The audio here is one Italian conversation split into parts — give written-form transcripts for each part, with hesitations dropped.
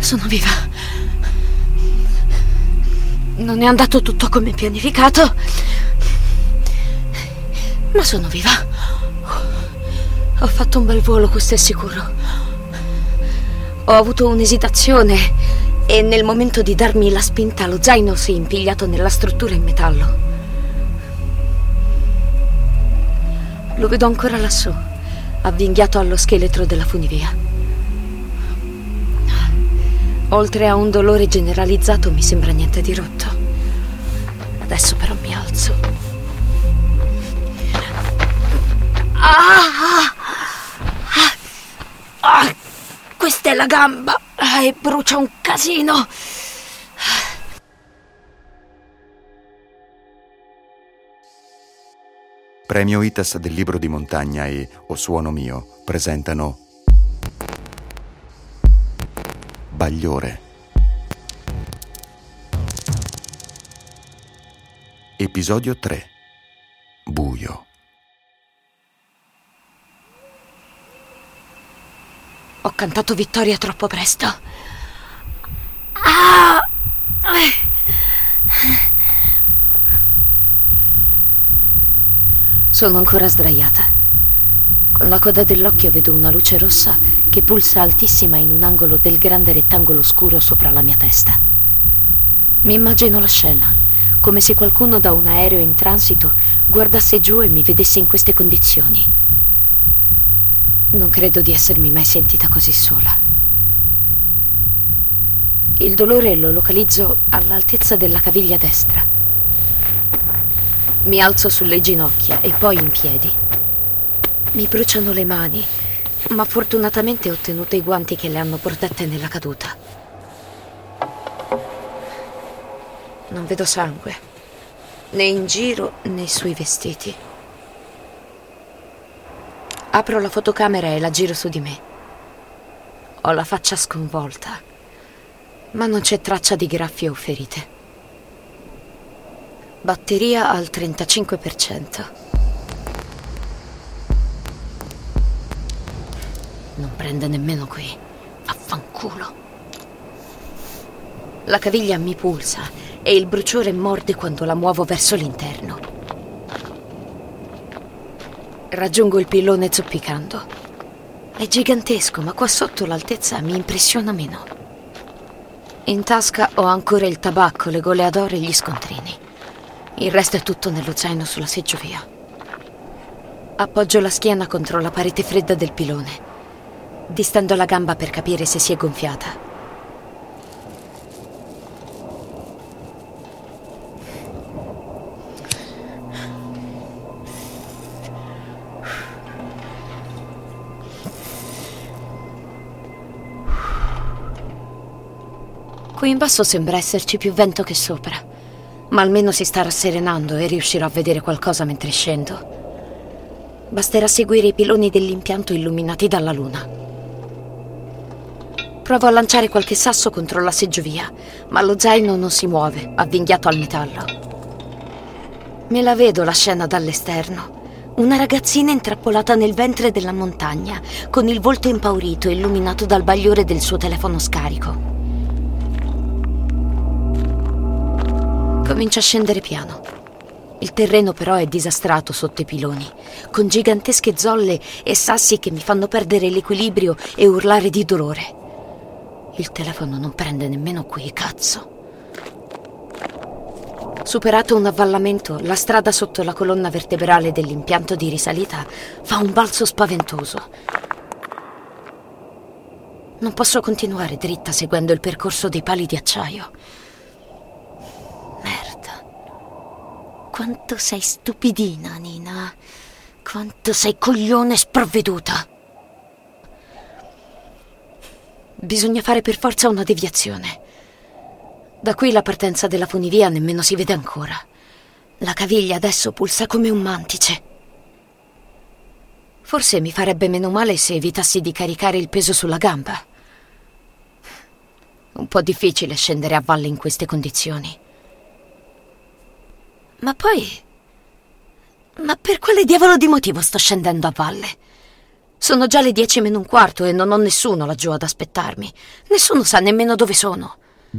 Sono viva. Non è andato tutto come pianificato, ma sono viva. Ho fatto un bel volo, questo è sicuro. Ho avuto un'esitazione e nel momento di darmi la spinta lo zaino si è impigliato nella struttura in metallo. Lo vedo ancora lassù, avvinghiato allo scheletro della funivia. Oltre a un dolore generalizzato mi sembra niente di rotto. Adesso però mi alzo. Questa è la gamba e brucia un casino. Premio ITAS del libro di montagna e O Suono Mio presentano Bagliore. Episodio 3. Buio. Ho cantato vittoria troppo presto. Sono ancora sdraiata. Con la coda dell'occhio vedo una luce rossa che pulsa altissima in un angolo del grande rettangolo scuro sopra la mia testa. Mi immagino la scena, come se qualcuno da un aereo in transito guardasse giù e mi vedesse in queste condizioni. Non credo di essermi mai sentita così sola. Il dolore lo localizzo all'altezza della caviglia destra. Mi alzo sulle ginocchia e poi in piedi. Mi bruciano le mani, ma fortunatamente ho ottenuto i guanti che le hanno protette nella caduta. Non vedo sangue, né in giro né sui vestiti. Apro la fotocamera e la giro su di me. Ho la faccia sconvolta, ma non c'è traccia di graffie o ferite. Batteria al 35%. Non prende nemmeno qui. Vaffanculo. La caviglia mi pulsa e il bruciore morde quando la muovo verso l'interno. Raggiungo il pilone zoppicando. È gigantesco, ma qua sotto l'altezza mi impressiona meno. In tasca ho ancora il tabacco, le goleador e gli scontrini. Il resto è tutto nello zaino sulla seggiovia. Appoggio la schiena contro la parete fredda del pilone. Distendo la gamba per capire se si è gonfiata. Qui in basso sembra esserci più vento che sopra, ma almeno si sta rasserenando e riuscirò a vedere qualcosa mentre scendo. Basterà seguire i piloni dell'impianto illuminati dalla luna. Provo a lanciare qualche sasso contro la seggiovia, ma lo zaino non si muove, avvinghiato al metallo. Me la vedo la scena dall'esterno. Una ragazzina intrappolata nel ventre della montagna, con il volto impaurito, illuminato dal bagliore del suo telefono scarico. Comincia a scendere piano. Il terreno però è disastrato sotto i piloni, con gigantesche zolle e sassi che mi fanno perdere l'equilibrio e urlare di dolore. Il telefono non prende nemmeno qui, cazzo. Superato un avvallamento, la strada sotto la colonna vertebrale dell'impianto di risalita fa un balzo spaventoso. Non posso continuare dritta seguendo il percorso dei pali di acciaio. Merda. Quanto sei stupidina, Nina. Quanto sei coglione sprovveduta. Bisogna fare per forza una deviazione. Da qui la partenza della funivia nemmeno si vede ancora. La caviglia adesso pulsa come un mantice. Forse mi farebbe meno male se evitassi di caricare il peso sulla gamba. Un po' difficile scendere a valle in queste condizioni. Ma poi... Ma per quale diavolo di motivo sto scendendo a valle? Sono già le 10 meno un quarto e non ho nessuno laggiù ad aspettarmi. Nessuno sa nemmeno dove sono.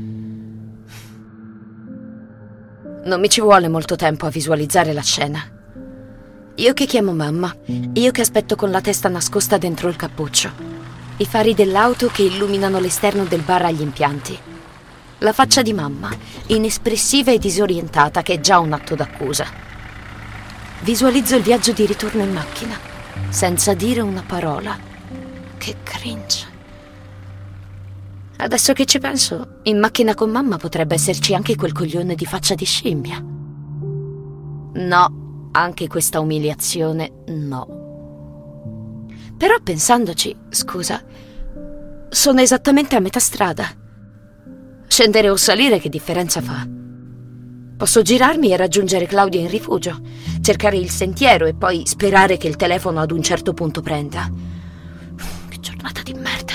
Non mi ci vuole molto tempo a visualizzare la scena. Io che chiamo mamma, io che aspetto con la testa nascosta dentro il cappuccio, i fari dell'auto che illuminano l'esterno del bar agli impianti, la faccia di mamma, inespressiva e disorientata, che è già un atto d'accusa. Visualizzo il viaggio di ritorno in macchina, senza dire una parola. Che cringe. Adesso che ci penso, in macchina con mamma potrebbe esserci anche quel coglione di faccia di scimmia. No. Anche questa umiliazione, no. Però pensandoci, scusa, sono esattamente a metà strada. Scendere o salire che differenza fa? Posso girarmi e raggiungere Claudia in rifugio, cercare il sentiero e poi sperare che il telefono ad un certo punto prenda. Che giornata di merda.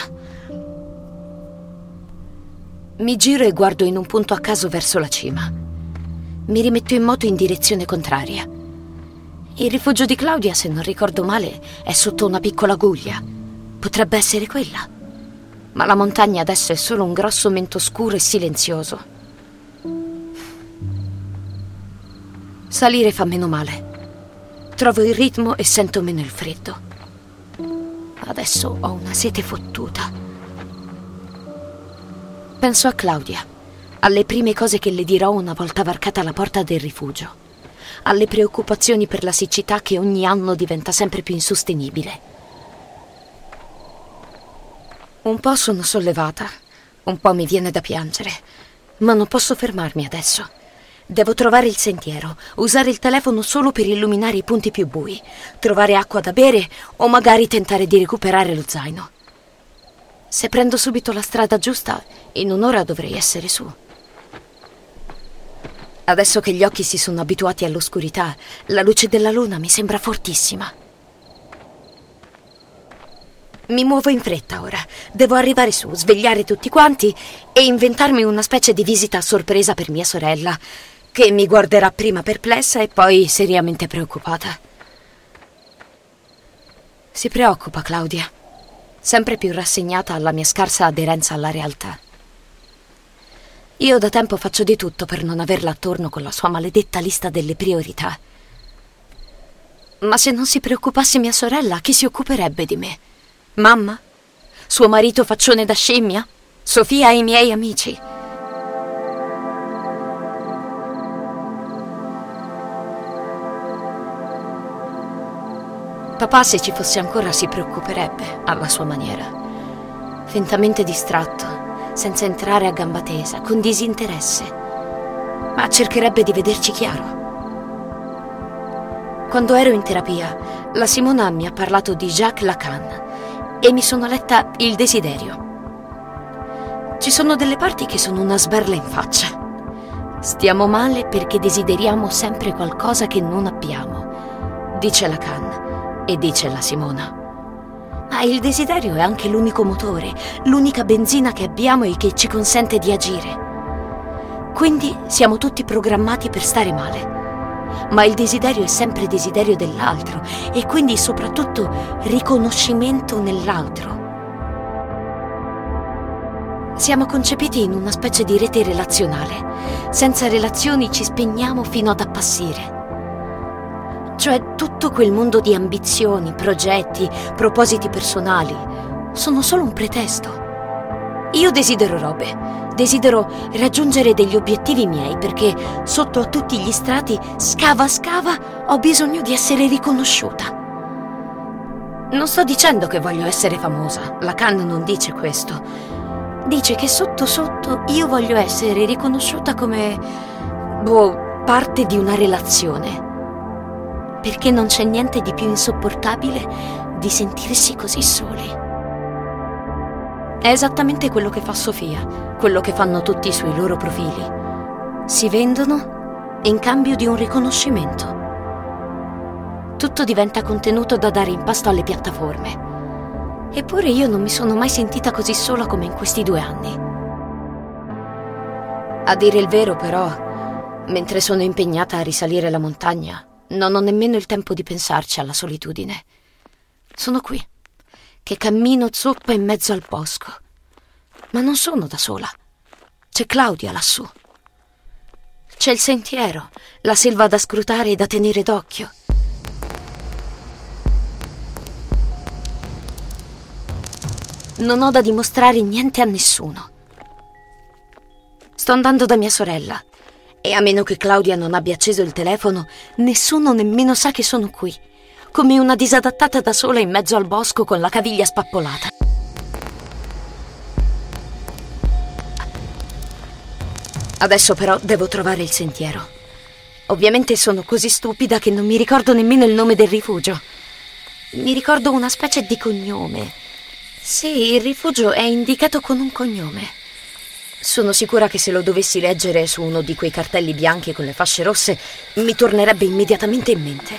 Mi giro e guardo in un punto a caso verso la cima. Mi rimetto in moto in direzione contraria. Il rifugio di Claudia, se non ricordo male, è sotto una piccola guglia. Potrebbe essere quella. Ma la montagna adesso è solo un grosso mento scuro e silenzioso. Salire fa meno male. Trovo il ritmo e sento meno il freddo. Adesso ho una sete fottuta. Penso a Claudia, alle prime cose che le dirò una volta varcata la porta del rifugio. Alle preoccupazioni per la siccità che ogni anno diventa sempre più insostenibile. Un po' sono sollevata, un po' mi viene da piangere, ma non posso fermarmi adesso. Devo trovare il sentiero, usare il telefono solo per illuminare i punti più bui, trovare acqua da bere o magari tentare di recuperare lo zaino. Se prendo subito la strada giusta, in un'ora dovrei essere su. Adesso che gli occhi si sono abituati all'oscurità, la luce della luna mi sembra fortissima. Mi muovo in fretta ora. Devo arrivare su, svegliare tutti quanti e inventarmi una specie di visita a sorpresa per mia sorella, che mi guarderà prima perplessa e poi seriamente preoccupata. Si preoccupa Claudia, sempre più rassegnata alla mia scarsa aderenza alla realtà. Io da tempo faccio di tutto per non averla attorno con la sua maledetta lista delle priorità. Ma se non si preoccupasse mia sorella, chi si occuperebbe di me? Mamma? Suo marito faccione da scimmia? Sofia e i miei amici? Papà, se ci fosse ancora, si preoccuperebbe alla sua maniera. Fintamente distratto, senza entrare a gamba tesa, con disinteresse, ma cercherebbe di vederci chiaro. Quando ero in terapia, la Simona mi ha parlato di Jacques Lacan e mi sono letta Il desiderio. Ci sono delle parti che sono una sberla in faccia. Stiamo male perché desideriamo sempre qualcosa che non abbiamo, dice Lacan e dice la Simona. Ma il desiderio è anche l'unico motore, l'unica benzina che abbiamo e che ci consente di agire. Quindi siamo tutti programmati per stare male. Ma il desiderio è sempre desiderio dell'altro e quindi soprattutto riconoscimento nell'altro. Siamo concepiti in una specie di rete relazionale. Senza relazioni ci spegniamo fino ad appassire. Cioè tutto quel mondo di ambizioni, progetti, propositi personali sono solo un pretesto. Io desidero robe, desidero raggiungere degli obiettivi miei perché sotto a tutti gli strati, scava, ho bisogno di essere riconosciuta. Non sto dicendo che voglio essere famosa, Lacan non dice questo. Dice che sotto io voglio essere riconosciuta come, parte di una relazione. Perché non c'è niente di più insopportabile di sentirsi così soli. È esattamente quello che fa Sofia, quello che fanno tutti sui loro profili. Si vendono in cambio di un riconoscimento. Tutto diventa contenuto da dare in pasto alle piattaforme. Eppure io non mi sono mai sentita così sola come in questi 2 anni. A dire il vero, però, mentre sono impegnata a risalire la montagna, non ho nemmeno il tempo di pensarci alla solitudine. Sono qui, che cammino zoppa in mezzo al bosco. Ma non sono da sola. C'è Claudia lassù. C'è il sentiero, la selva da scrutare e da tenere d'occhio. Non ho da dimostrare niente a nessuno. Sto andando da mia sorella e a meno che Claudia non abbia acceso il telefono, nessuno nemmeno sa che sono qui, come una disadattata da sola in mezzo al bosco con la caviglia spappolata. Adesso però devo trovare il sentiero. Ovviamente sono così stupida che non mi ricordo nemmeno il nome del rifugio. Mi ricordo una specie di cognome. Sì, il rifugio è indicato con un cognome. Sono sicura che se lo dovessi leggere su uno di quei cartelli bianchi con le fasce rosse, mi tornerebbe immediatamente in mente.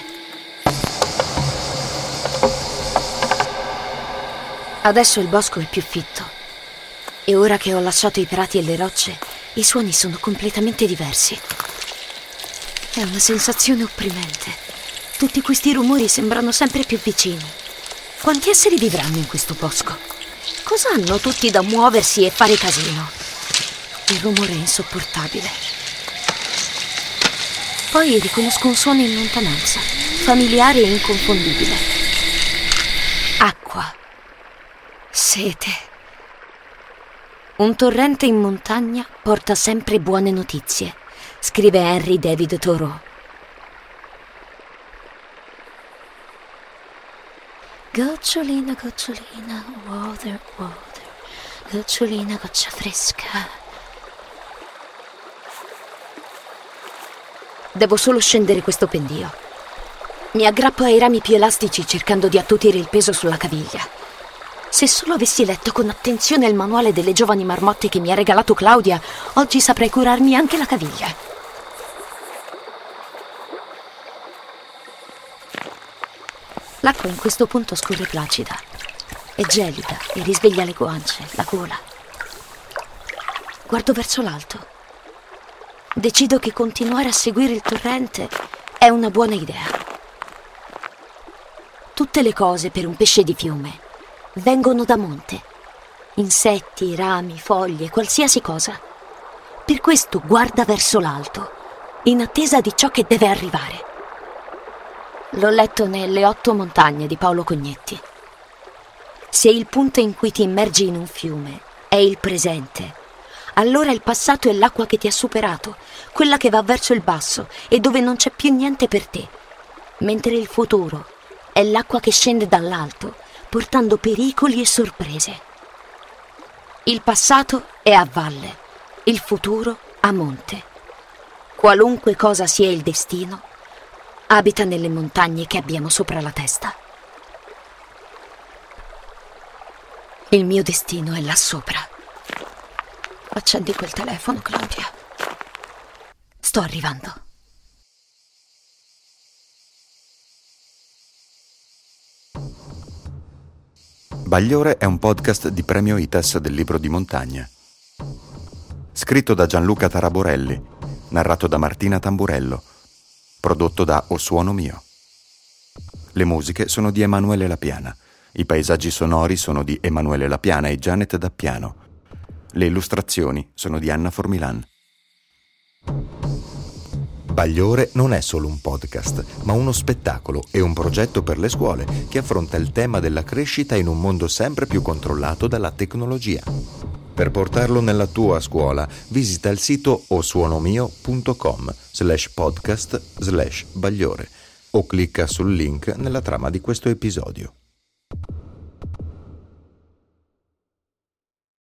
Adesso il bosco è più fitto. E ora che ho lasciato i prati e le rocce, i suoni sono completamente diversi. È una sensazione opprimente. Tutti questi rumori sembrano sempre più vicini. Quanti esseri vivranno in questo bosco? Cosa hanno tutti da muoversi e fare casino? Il rumore è insopportabile. Poi riconosco un suono in lontananza, familiare e inconfondibile. Acqua. Sete. Un torrente in montagna porta sempre buone notizie, scrive Henry David Thoreau. Gocciolina, gocciolina, water, water, gocciolina, goccia fresca. Devo solo scendere questo pendio. Mi aggrappo ai rami più elastici cercando di attutire il peso sulla caviglia. Se solo avessi letto con attenzione il manuale delle giovani marmotte che mi ha regalato Claudia, oggi saprei curarmi anche la caviglia. L'acqua in questo punto scorre placida. È gelida e risveglia le guance, la gola. Guardo verso l'alto. Decido che continuare a seguire il torrente è una buona idea. Tutte le cose per un pesce di fiume vengono da monte. Insetti, rami, foglie, qualsiasi cosa. Per questo guarda verso l'alto, in attesa di ciò che deve arrivare. L'ho letto nelle 8 montagne di Paolo Cognetti. Se il punto in cui ti immergi in un fiume è il presente, allora il passato è l'acqua che ti ha superato, quella che va verso il basso e dove non c'è più niente per te, mentre il futuro è l'acqua che scende dall'alto, portando pericoli e sorprese. Il passato è a valle, il futuro a monte. Qualunque cosa sia il destino, abita nelle montagne che abbiamo sopra la testa. Il mio destino è là sopra. Accendi quel telefono, Claudia. Sto arrivando. Bagliore è un podcast di Premio ITAS del libro di montagna. Scritto da Gianluca Taraborelli, narrato da Martina Tamburello, prodotto da O Suono Mio. Le musiche sono di Emanuele Lapiana, i paesaggi sonori sono di Emanuele Lapiana e Janet Dappiano. Le illustrazioni sono di Anna Formilan. Bagliore non è solo un podcast, ma uno spettacolo e un progetto per le scuole che affronta il tema della crescita in un mondo sempre più controllato dalla tecnologia. Per portarlo nella tua scuola, visita il sito osuonomio.com/podcast/Bagliore o clicca sul link nella trama di questo episodio.